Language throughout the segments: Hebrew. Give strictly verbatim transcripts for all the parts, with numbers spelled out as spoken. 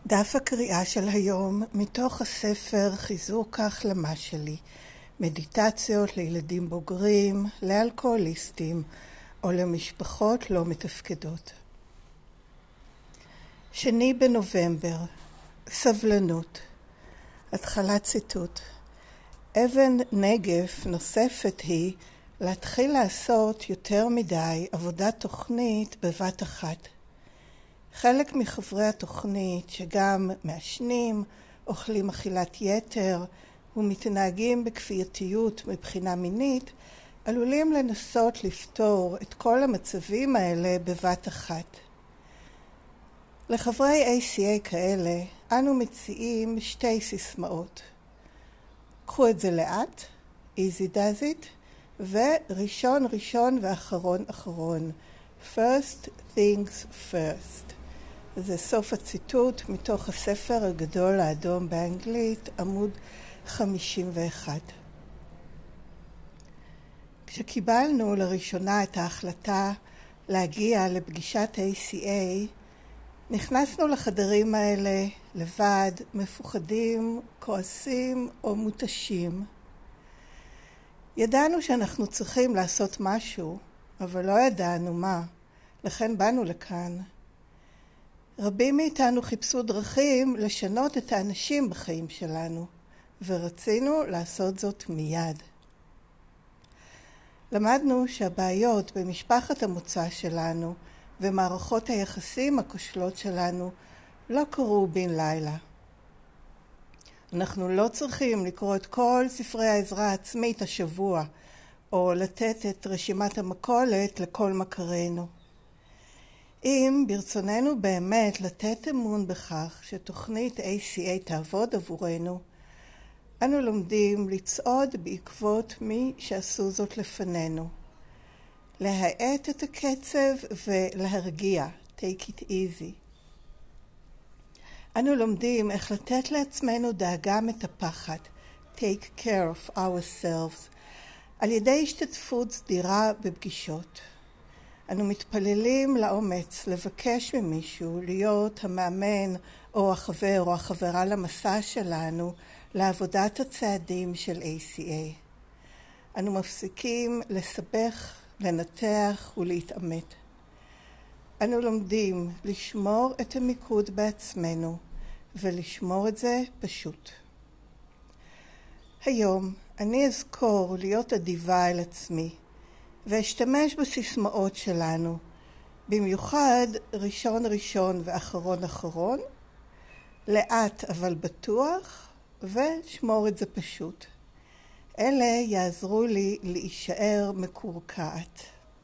דף הקריאה של היום מתוך הספר חיזוק ההחלמה שלי, מדיטציות לילדים בוגרים, לאלכוהוליסטים או למשפחות לא מתפקדות. שני בנובמבר, סבלנות. התחלת ציטוט. אבן נגף נוספת היא להתחיל לעשות יותר מדי עבודת תוכנית בבת אחת. חלק מחברי התוכנית שגם מעשנים, אוכלים אכילת יתר ומתנהגים בכפייתיות מבחינה מינית, עלולים לנסות לפתור את כל המצבים האלה בבת אחת. לחברי איי סי איי כאלה אנו מציעים שתי סיסמאות. קחו את זה לאט, easy does it, וראשון ראשון ואחרון אחרון, first things first. זה סוף הציטוט מתוך הספר הגדול האדום באנגלית, עמוד חמישים ואחת. כשקיבלנו לראשונה את ההחלטה להגיע לפגישת איי סי איי, נכנסנו לחדרים האלה לבד, מפוחדים, כועסים או מותשים. ידענו שאנחנו צריכים לעשות משהו, אבל לא ידענו מה, לכן באנו לכאן. רבים מאיתנו חיפשו דרכים לשנות את האנשים בחיים שלנו, ורצינו לעשות זאת מיד. למדנו שהבעיות במשפחת המוצא שלנו ומערכות היחסים הכושלות שלנו לא קרו בן לילה. אנחנו לא צריכים לקרוא את כל ספרי העזרה העצמית השבוע, או לתת את רשימת המכולת לכל מכרינו. אם ברצוננו באמת לתת אמון בכך שתוכנית איי סי איי תעבוד עבורנו, אנו לומדים לצעוד בעקבות מי שעשו זאת לפנינו. להאט את הקצב ולהרגיע, take it easy. אנו לומדים איך לתת לעצמנו דאגה מטפחת, take care of ourselves, על ידי השתתפות סדירה בפגישות. אנו מתפללים לאומץ לבקש ממישהו להיות המאמן או החבר או החברה למסע שלנו לעבודת הצעדים של איי סי איי. אנו מפסיקים לסבך, לנתח ולהתאמת. אנו לומדים לשמור את המיקוד בעצמנו ולשמור את זה פשוט. היום אני אזכור להיות אדיבה אל עצמי ואשתמש בסיסמאות שלנו, במיוחד ראשון ראשון ואחרון אחרון, לאט אבל בטוח, ושמור את זה פשוט. אלה יעזרו לי להישאר מקורקעת.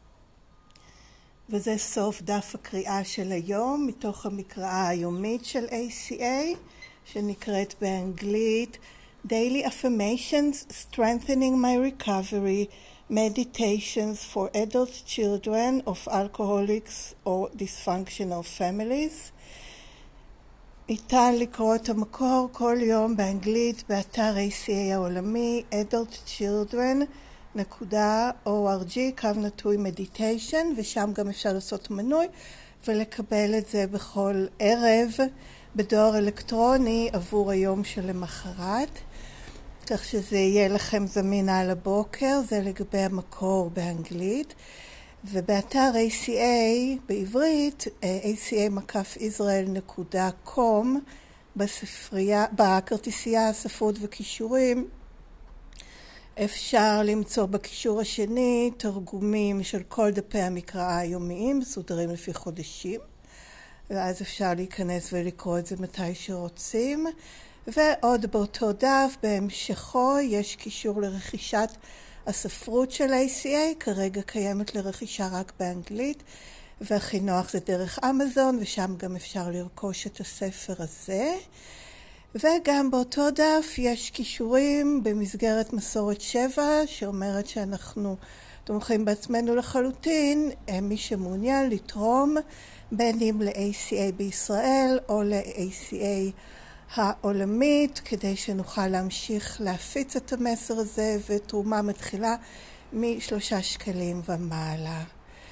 וזה סוף דף הקריאה של היום מתוך המקראה היומית של איי סי איי, שנקראת באנגלית Daily Affirmations Strengthening My Recovery Meditations for Adult Children of Alcoholics or Dysfunctional Families. ניתן לקרוא את המקור כל יום באנגלית באתר איי סי איי העולמי adult children dot org קו נטוי meditation, ושם גם אפשר לעשות מנוי ולקבל את זה בכל ערב בדואר אלקטרוני עבור היום שלמחרת, כך שזה יהיה לכם זמין על הבוקר. זה לגבי המקור באנגלית. ובאתר איי סי איי בעברית, איי סי איי מקף ישראל נקודה קום, בספרייה, בכרטיסייה ספרות וקישורים, אפשר למצוא בקישור השני תרגומים של כל דפי המקראה היומיים, מסודרים לפי חודשים, ואז אפשר להיכנס ולקרוא את זה מתי שרוצים. ועוד באותו דף בהמשכו יש קישור לרכישת הספרות של איי סי איי, כרגע קיימת לרכישה רק באנגלית, והכי נוח זה דרך אמזון, ושם גם אפשר לרכוש את הספר הזה. וגם באותו דף יש קישורים במסגרת מסורת שבע, שאומרת שאנחנו תומכים בעצמנו לחלוטין, מי שמעוניין לתרום, בין אם ל-איי סי איי בישראל או ל-איי סי איי העולמית, כדי שנוכל להמשיך להפיץ את המסר הזה, ותרומה מתחילה משלושה שקלים ומעלה.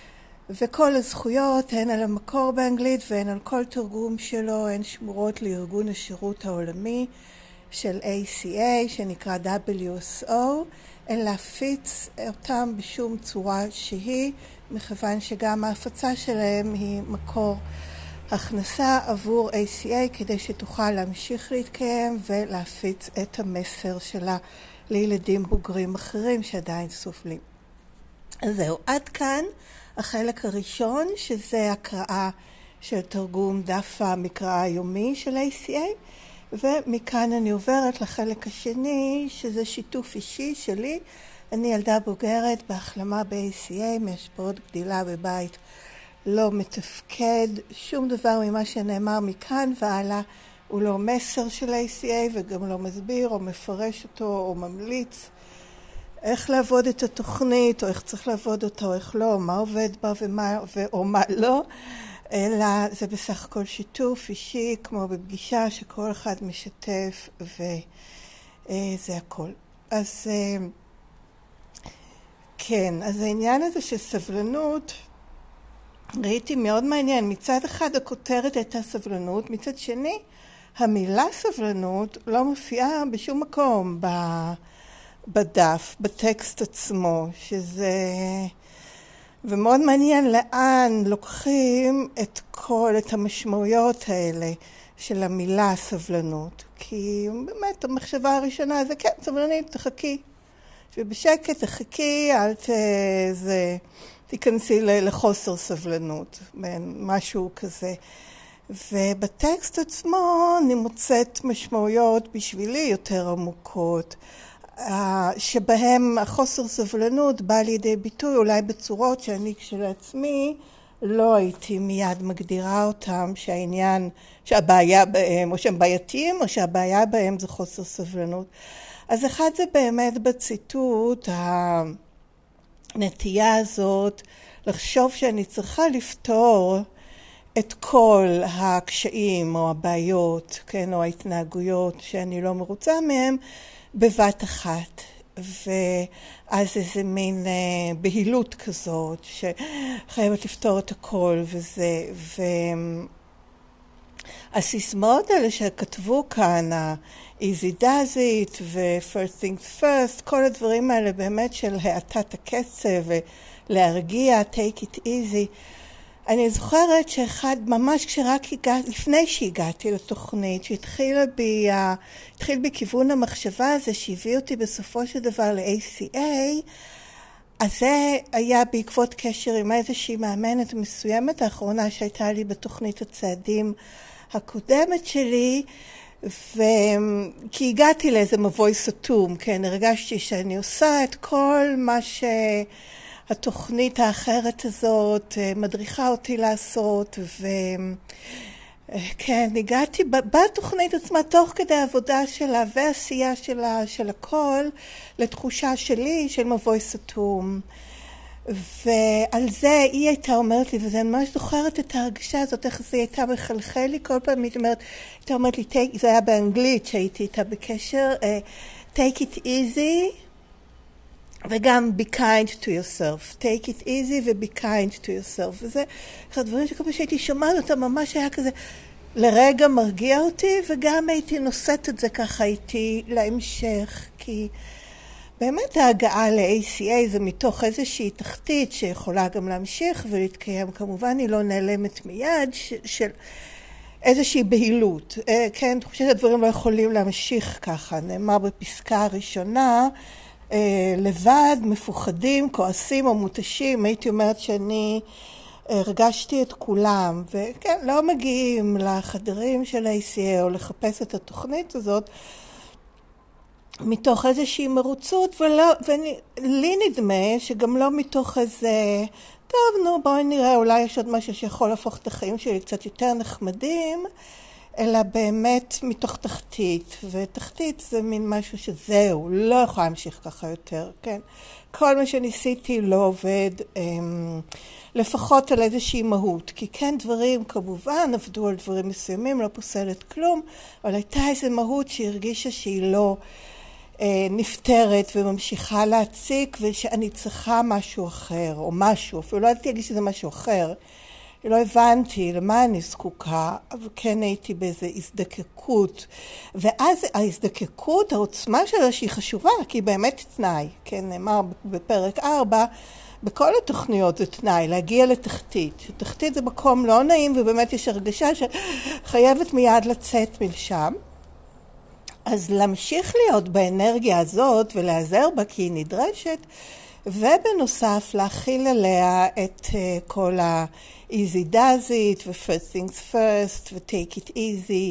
וכל הזכויות, הן על המקור באנגלית והן על כל תרגום שלו, הן שמורות לארגון השירות העולמי של A C A, שנקרא W S O. אין להפיץ אותם בשום צורה שהיא, מכיוון שגם ההפצה שלהם היא מקור הכנסה עבור A C A, כדי שתוכל להמשיך להתקיים ולהפיץ את המסר שלה לילדים בוגרים אחרים שעדיין סובלים. אז זהו, עד כאן החלק הראשון, שזה הקראה של תרגום דף המקרא היומי של A C A, ומכאן אני עוברת לחלק השני, שזה שיתוף אישי שלי. אני ילדה בוגרת בהחלמה ב-A C A, מהשפעות גדילה בבית לא מתפקד. שום דבר ממה שנאמר מכאן והלאה הוא לא מסר של A C A, וגם לא מסביר או מפרש אותו או ממליץ איך לעבוד את התוכנית, או איך צריך לעבוד אותה, או איך לא, או מה עובד בה ומה, או מה לא, אלא זה בסך הכל שיתוף אישי, כמו בפגישה שכל אחד משתף, וזה הכל. אז כן, אז העניין הזה של סבלנות, ראיתי מאוד מעניין. מצד אחד הכותרת הייתה סבלנות, מצד שני, המילה סבלנות לא מופיעה בשום מקום ב... בדף, בטקסט עצמו, שזה... ומאוד מעניין לאן לוקחים את כל, את המשמעויות האלה של המילה סבלנות. כי באמת המחשבה הראשונה זה כן, סבלנית, תחכי. ובשקט תחכי, אל ת... זה... תיכנסי לחוסר סבלנות, משהו כזה. ובטקסט עצמו אני מוצאת משמעויות בשבילי יותר עמוקות, שבהם החוסר סבלנות בא לידי ביטוי אולי בצורות שאני כשלעצמי לא הייתי מיד מגדירה אותם, שהעניין, שהבעיה בהם, או שהם בעייתיים, או שהבעיה בהם זה חוסר סבלנות. אז אחד זה באמת בציטוט, הנטייה הזאת לחשוב שאני צריכה לפתור את כל הקשיים או הבעיות, כן, או ההתנהגויות שאני לא מרוצה מהם, בבת אחת. ואז איזה מין אה, בהילות כזאת שחייבת לפתור את הכל וזה. והסיסמאות האלה שכתבו כאן, ה-easy does it ו-first things first, כל הדברים האלה באמת של האטת הקצב ולהרגיע, take it easy. אני זוכרת שאחד, ממש כשרק הגעתי, לפני שהגעתי לתוכנית, שהתחילה בי, התחיל בכיוון המחשבה הזה, שהביא אותי בסופו של דבר ל-A C A, אז זה היה בעקבות קשר עם איזושהי מאמנת מסוימת, האחרונה שהייתה לי בתוכנית הצעדים הקודמת שלי, ו... כי הגעתי לאיזה מבוי סתום, כן, הרגשתי שאני עושה את כל מה ש... התוכנית האחרת הזאת מדריכה אותי לעשות, וכן, הגעתי בתוכנית עצמה, תוך כדי העבודה שלה ועשייה שלה, של הכל, לתחושה שלי של מבוי סתום. ועל זה היא הייתה אומרת לי, וזה אני ממש זוכרת את ההרגשה הזאת, איך זה הייתה מחלחל לי כל פעם, היא אומרת, הייתה אומרת לי, take, זה היה באנגלית שהייתי איתה בקשר, uh, take it easy, וגם be kind to yourself, take it easy ו-be kind to yourself. וזה אחד הדברים שכל פעם שהייתי שומעת אותה, ממש היה כזה, לרגע מרגיע אותי, וגם הייתי נושאת את זה ככה איתי להמשך, כי באמת ההגעה ל-A C A זה מתוך איזושהי תחתית שיכולה גם להמשיך ולהתקיים. כמובן היא לא נעלמת מיד ש- של איזושהי בהילות. כן, אני חושבת שהדברים לא יכולים להמשיך ככה. נאמר בפסקה הראשונה, לבד, מפוחדים, כועסים או מותשים. הייתי אומרת שאני הרגשתי את כולם, וכן, לא מגיעים לחדרים של ה-A C A או לחפש את התוכנית הזאת מתוך איזושהי מרוצות, ולא, ולי נדמה שגם לא מתוך איזה, טוב, נו, בואי נראה, אולי יש עוד משהו שיכול להפוך את החיים שלי קצת יותר נחמדים, אלא באמת מתוך תחתית, ותחתית זה מין משהו שזהו, לא יכול להמשיך ככה יותר, כן? כל מה שניסיתי לא עובד, לפחות על איזושהי מהות, כי כן דברים כמובן עבדו על דברים מסוימים, לא פוסלת כלום, אבל הייתה איזו מהות שהרגישה שהיא לא נפטרת וממשיכה להציק, ושאני צריכה משהו אחר, או משהו, אפילו לא הייתי להגיד שזה משהו אחר, לא הבנתי למה אני זקוקה, אבל כן הייתי באיזו הזדקקות, ואז ההזדקקות, העוצמה שלה שהיא חשובה, כי היא באמת תנאי, כן, נאמר בפרק ארבע, בכל התוכניות זה תנאי, להגיע לתחתית. תחתית זה מקום לא נעים, ובאמת יש הרגשה שחייבת מיד לצאת משם. אז להמשיך להיות באנרגיה הזאת ולעזר בה כי היא נדרשת, ובנוסף להכיל עליה את uh, כל ה-easy does it ו-first things first ו-take it easy,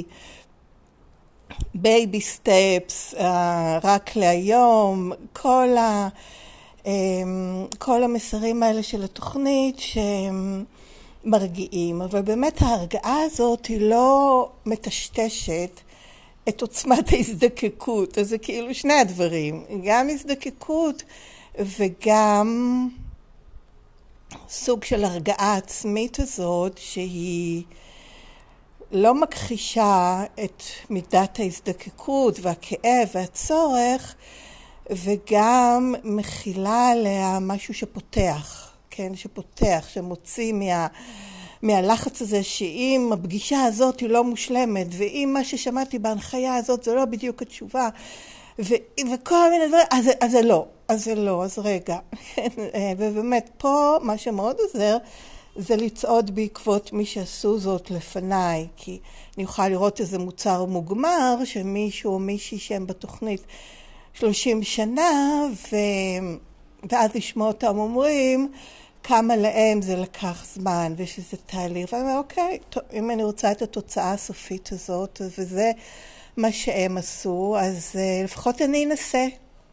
baby steps, uh, רק להיום, כל, ה, um, כל המסרים האלה של התוכנית שהם מרגיעים. אבל באמת ההרגעה הזאת היא לא מטשטשת את עוצמת ההזדקקות. אז זה כאילו שני הדברים, גם הזדקקות וגם סוג של הרגעה עצמית הזאת שהיא לא מכחישה את מידת ההזדקקות והכאב והצורך, וגם מכילה עליה משהו שפותח, כן, שפותח, שמוציא מה, מהלחץ הזה שאם הפגישה הזאת היא לא מושלמת, ואם מה ששמעתי בהנחיה הזאת זה לא בדיוק התשובה, ו- וכל מיני דברים, אז, אז זה לא, אז זה לא, אז רגע. ובאמת פה מה שמאוד עוזר זה לצעוד בעקבות מי שעשו זאת לפניי, כי אני יכולה לראות איזה מוצר מוגמר שמישהו או מישהי שהם בתוכנית שלושים שנה, ו... ואז לשמוע אותם אומרים כמה להם זה לקח זמן ושזה תהליך, ואני אומר אוקיי, טוב, אם אני רוצה את התוצאה הסופית הזאת וזה מה שהם עשו, אז uh, לפחות אני אנסה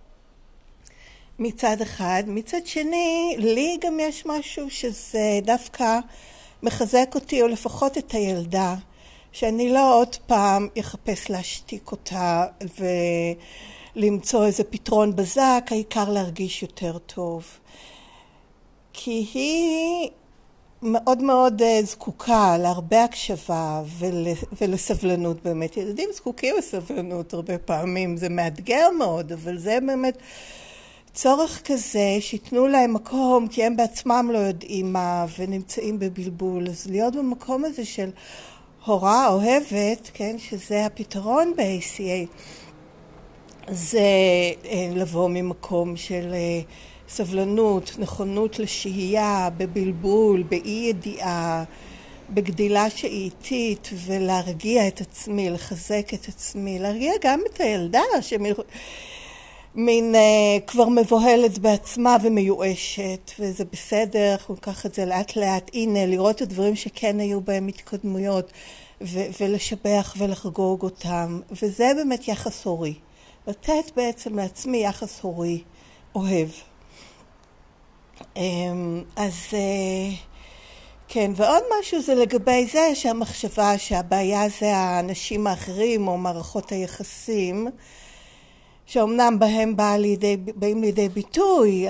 מצד אחד. מצד שני, לי גם יש משהו שזה דווקא מחזק אותי, או לפחות את הילדה, שאני לא עוד פעם יחפש להשתיק אותה ולמצוא איזה פתרון בזק, העיקר להרגיש יותר טוב. כי היא מאוד מאוד זקוקה להרבה הקשבה ול, ולסבלנות באמת. ילדים זקוקים לסבלנות הרבה פעמים, זה מאתגר מאוד, אבל זה באמת צורך כזה שיתנו להם מקום, כי הם בעצמם לא יודעים מה ונמצאים בבלבול. אז להיות במקום הזה של הוראה אוהבת, כן, שזה הפתרון ב-איי סי איי, זה לבוא ממקום של סבלנות, נכונות לשהייה, בבלבול, באי ידיעה, בגדילה שהיא איטית, ולהרגיע את עצמי, לחזק את עצמי, להרגיע גם את הילדה שמין uh, כבר מבוהלת בעצמה ומיואשת, וזה בסדר, אנחנו ניקח את זה לאט לאט, הנה, לראות את הדברים שכן היו בהם התקדמויות, ו- ולשבח ולחגוג אותם, וזה באמת יחס הורי. לתת בעצם לעצמי יחס הורי אוהב. אז כן, ועוד משהו זה לגבי זה שהמחשבה שהבעיה זה האנשים האחרים או מערכות היחסים, שאומנם בהם בא לידי, באים לידי ביטוי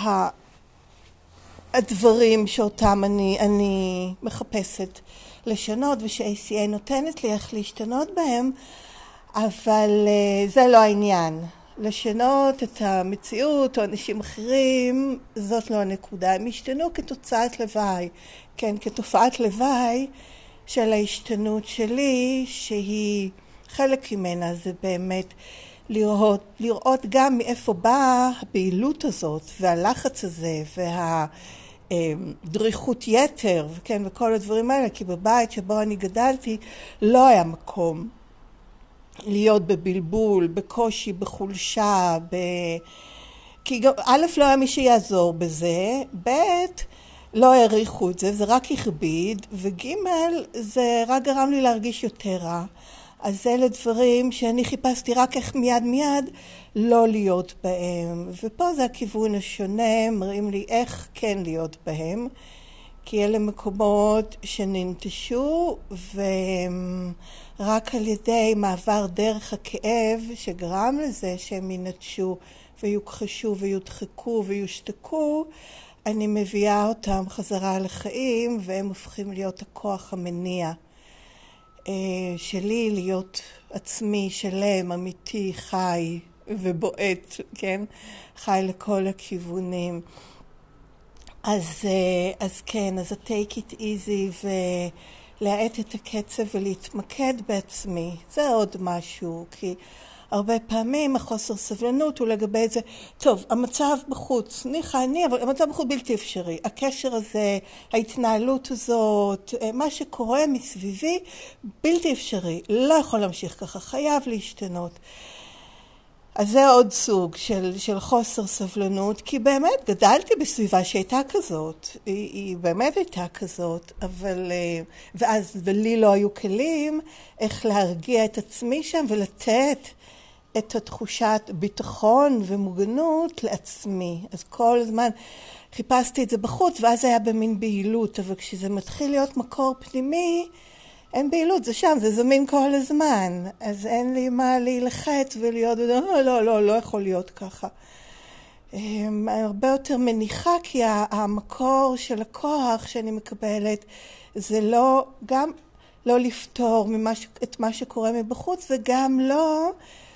הדברים שאותם אני, אני מחפשת לשנות, וש-איי סי איי נותנת לי איך להשתנות בהם, אבל זה לא העניין. לשנות את המציאות או אנשים אחרים, זאת לא הנקודה. הם השתנו כתוצאת לוואי, כן, כתופעת לוואי של ההשתנות שלי, שהיא חלק ממנה, זה באמת לראות, לראות גם מאיפה באה הפעילות הזאת והלחץ הזה והדריכות יתר, כן, וכל הדברים האלה, כי בבית שבו אני גדלתי לא היה מקום להיות בבלבול, בקושי, בחולשה, ב... כי גם, א', לא היה מי שיעזור בזה, ב', לא העריכו את זה, זה רק הכביד, וג', זה רק גרם לי להרגיש יותר רע. אז אלה דברים שאני חיפשתי רק איך מיד מיד לא להיות בהם. ופה זה הכיוון השונה, מראים לי איך כן להיות בהם, כי אלה מקומות שננטשו, ורק על ידי מעבר דרך הכאב שגרם לזה שהם ינטשו ויוכחשו ויודחקו ויושתקו, אני מביאה אותם חזרה לחיים, והם הופכים להיות הכוח המניע שלי להיות עצמי, שלם, אמיתי, חי ובועט, כן? חי לכל הכיוונים. אז, אז כן, אז ה-take it easy ולהאט את הקצב ולהתמקד בעצמי. זה עוד משהו, כי הרבה פעמים החוסר סבלנות הוא לגבי זה, טוב, המצב בחוץ, ניחא אני, אבל המצב בחוץ בלתי אפשרי. הקשר הזה, ההתנהלות הזאת, מה שקורה מסביבי, בלתי אפשרי. לא יכול להמשיך ככה, חייב להשתנות. אז זה עוד סוג של, של חוסר סבלנות, כי באמת גדלתי בסביבה שהייתה כזאת, היא, היא באמת הייתה כזאת, אבל, ואז ולי לא היו כלים איך להרגיע את עצמי שם ולתת את התחושת ביטחון ומוגנות לעצמי. אז כל הזמן חיפשתי את זה בחוץ, ואז היה במין בהילות, אבל כשזה מתחיל להיות מקור פנימי, אין בהילות, זה שם, זה זמין כל הזמן. אז אין לי מה להילחץ ולהיות, לא, לא, לא, לא יכול להיות ככה. הרבה יותר מניחה, כי המקור של הכוח שאני מקבלת, זה לא, גם לא לפתור ממש, את מה שקורה מבחוץ, וגם לא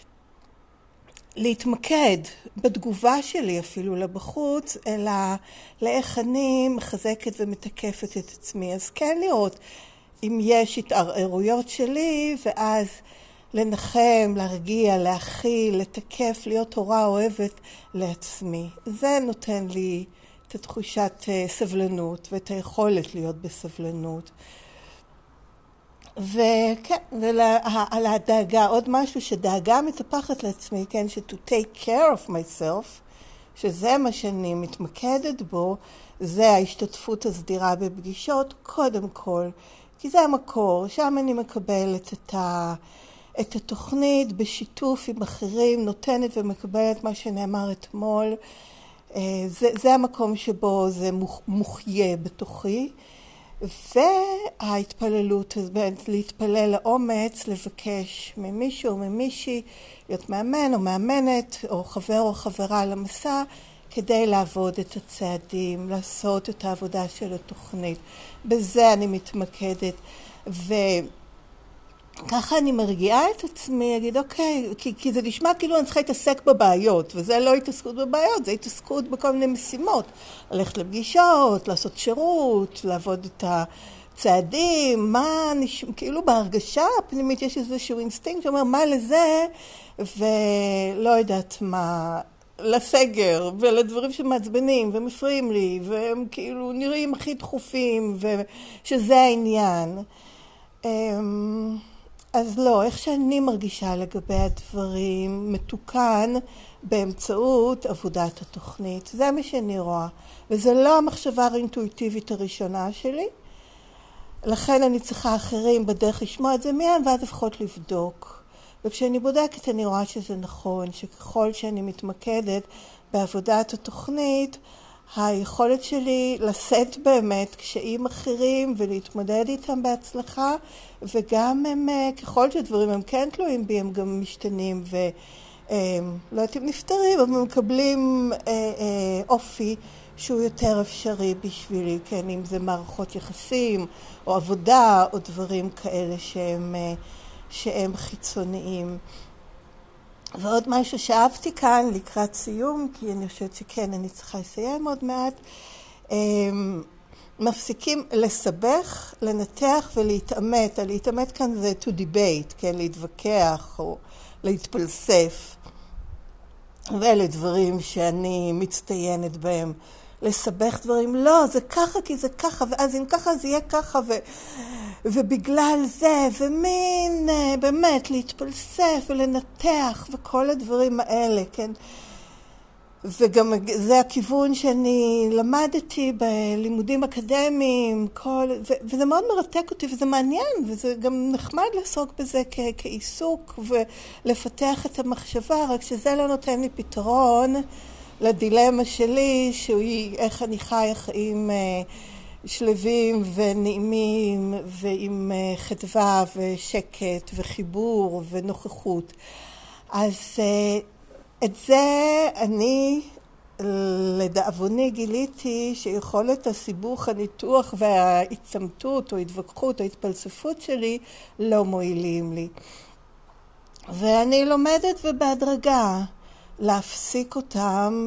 להתמקד בתגובה שלי אפילו לבחוץ, אלא לאיך אני מחזקת ומתקפת את עצמי. אז כן לראות אם יש התערערויות שלי, ואז לנחם, להרגיע, להכיל, לתקף, להיות הורה אוהבת לעצמי. זה נותן לי את התחושת סבלנות ואת היכולת להיות בסבלנות. וכן, ועל הדאגה, עוד משהו שדאגה מטפחת לעצמי, כן, ש-to take care of myself, שזה מה שאני מתמקדת בו, זה ההשתתפות הסדירה בפגישות, קודם כל, כי זה המקור, שם אני מקבלת את, ה, את התוכנית בשיתוף עם אחרים, נותנת ומקבלת מה שנאמר אתמול, זה, זה המקום שבו זה מוחיה בתוכי, וההתפללות, להתפלל לאומץ, לבקש ממישהו או ממישהי, להיות מאמן או מאמנת, או חבר או חברה למסע, כדי לעבוד את הצעדים, לעשות את העבודה של התוכנית. בזה אני מתמקדת, וככה אני מרגיעה את עצמי, אגיד אוקיי, כי, כי זה נשמע כאילו אני צריכה להתעסק בבעיות, וזה לא התעסקות בבעיות, זה התעסקות בכל מיני משימות. ללכת לפגישות, לעשות שירות, לעבוד את הצעדים, מה נשמע, כאילו בהרגשה הפנימית יש איזשהו אינסטינקט שאומר מה לזה, ולא יודעת מה, לסגר ולדברים שמעצבנים ומפריעים לי, והם כאילו נראים הכי דחופים, ושזה העניין. אז לא, איך שאני מרגישה לגבי הדברים מתוקן באמצעות עבודת התוכנית. זה מה שאני רואה. וזה לא המחשבה האינטואיטיבית הראשונה שלי. לכן אני צריכה אחרים בדרך לשמוע את זה מיד, ואז לפחות לבדוק. וכשאני בודקת אני רואה שזה נכון, שככל שאני מתמקדת בעבודת התוכנית, היכולת שלי לשאת באמת קשיים אחרים ולהתמודד איתם בהצלחה, וגם הם, ככל שדברים הם כן תלויים בי, הם גם משתנים ולא יודעת אם נפטרים, אבל הם מקבלים אופי שהוא יותר אפשרי בשבילי, כן, אם זה מערכות יחסים או עבודה או דברים כאלה שהם, שהם חיצוניים. ועוד משהו שאהבתי כאן לקראת סיום, כי אני חושבת שכן, אני צריכה לסיים עוד מעט, מפסיקים לסבך, לנתח ולהתאמת. להתאמת כאן זה to debate, כן, להתווכח או להתפלסף. ואלה דברים שאני מצטיינת בהם. לסבך דברים, לא, זה ככה כי זה ככה, ואז אם ככה זה יהיה ככה, ו... ובגלל זה, ומין באמת להתפלסף ולנתח וכל הדברים האלה, כן? וגם זה הכיוון שאני למדתי בלימודים אקדמיים, כל, ו, וזה מאוד מרתק אותי וזה מעניין, וזה גם נחמד לעסוק בזה כ, כעיסוק ולפתח את המחשבה, רק שזה לא נותן לי פתרון לדילמה שלי, שהיא איך אני חיה חיים שלווים ונעימים ועם חדווה ושקט וחיבור ונוכחות. אז את זה אני לדאבוני גיליתי שיכולת הסיבוך, הניתוח וההצמתות או התווכחות או התפלספות שלי לא מועילים לי. ואני לומדת ובהדרגה להפסיק אותם.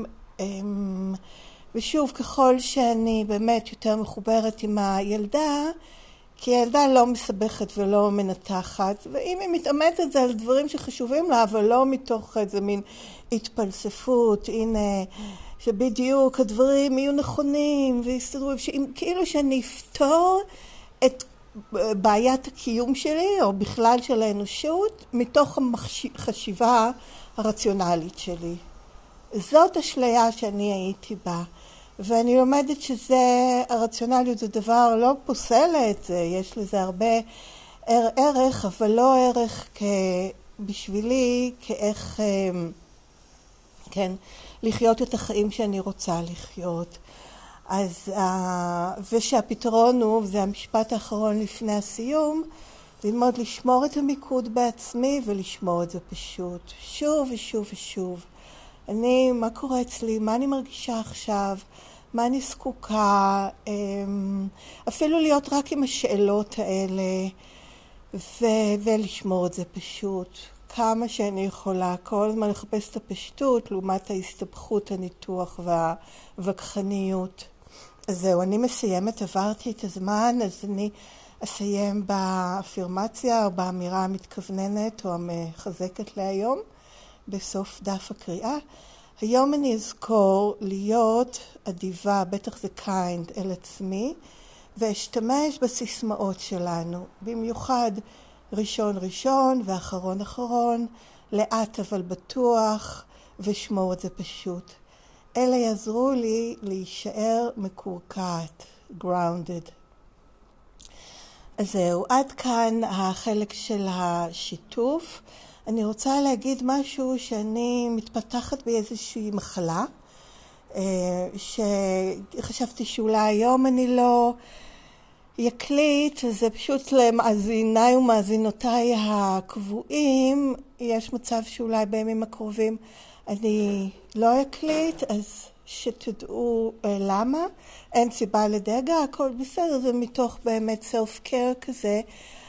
ושוב, ככל שאני באמת יותר מחוברת עם הילדה, כי הילדה לא מסבכת ולא מנתחת, ואם היא מתאמצת זה על דברים שחשובים לה, אבל לא מתוך איזה מין התפלספות, הנה, שבדיוק הדברים יהיו נכונים, ויסתדרו, כאילו שאני אפתור את בעיית הקיום שלי, או בכלל של האנושות, מתוך החשיבה הרציונלית שלי. זאת אשליה שאני הייתי בה. ואני לומדת שזה, הרציונליות זה דבר לא פוסלת, יש לזה הרבה ערך, אבל לא ערך בשבילי כאיך, כן, לחיות את החיים שאני רוצה לחיות. אז, ושהפתרון הוא, וזה המשפט האחרון לפני הסיום, ללמוד לשמור את המיקוד בעצמי ולשמור את זה פשוט, שוב ושוב ושוב. אני, מה קורה אצלי, מה אני מרגישה עכשיו, מה אני זקוקה, אפילו להיות רק עם השאלות האלה, ו- ולשמור את זה פשוט, כמה שאני יכולה, כל הזמן לחפש את הפשטות, לעומת ההסתבכות, הניתוח והווכחניות. אז זהו, אני מסיימת, עברתי את הזמן, אז אני אסיים באפירמציה או באמירה המתכווננת או המחזקת להיום. בסוף דף הקריאה. היום אני אזכור להיות אדיבה, בטח זה kind, אל עצמי, ואשתמש בסיסמאות שלנו, במיוחד ראשון ראשון ואחרון אחרון, לאט אבל בטוח, ושמור את זה פשוט. אלה יעזרו לי להישאר מקורקעת, grounded. אז זהו, עד כאן החלק של השיתוף. אני רוצה להגיד משהו שאני מתפתחת באיזושהי מחלה, שחשבתי שאולי היום אני לא יקליט, זה פשוט למאזיניי ומאזינותיי הקבועים, יש מצב שאולי בימים הקרובים אני לא אקליט, אז שתדעו למה, אין סיבה לדאגה, הכל בסדר, זה מתוך באמת self-care כזה,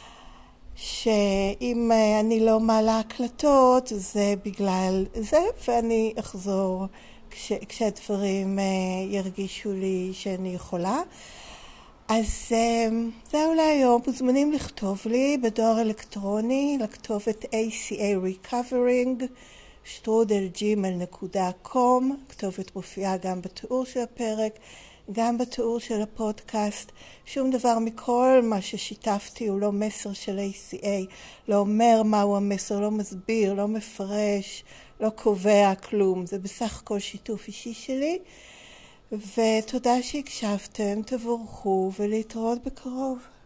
שאם אני לא מעלה הקלטות זה בגלל זה, ואני אחזור כש, כשהדברים ירגישו לי שאני יכולה. אז זה אולי היום, מוזמנים לכתוב לי בדואר אלקטרוני, לכתובת איי סי איי Recovering שטרודל ג'ימייל נקודה קום, כתובת מופיעה גם בתיאור של הפרק, גם בתיאור של הפודקאסט. שום דבר מכל מה ששיתפתי הוא לא מסר של איי סי איי, לא אומר מהו המסר, לא מסביר, לא מפרש, לא קובע כלום. זה בסך הכל שיתוף אישי שלי, ותודה שהקשבתם, תבורכו ולהתראות בקרוב.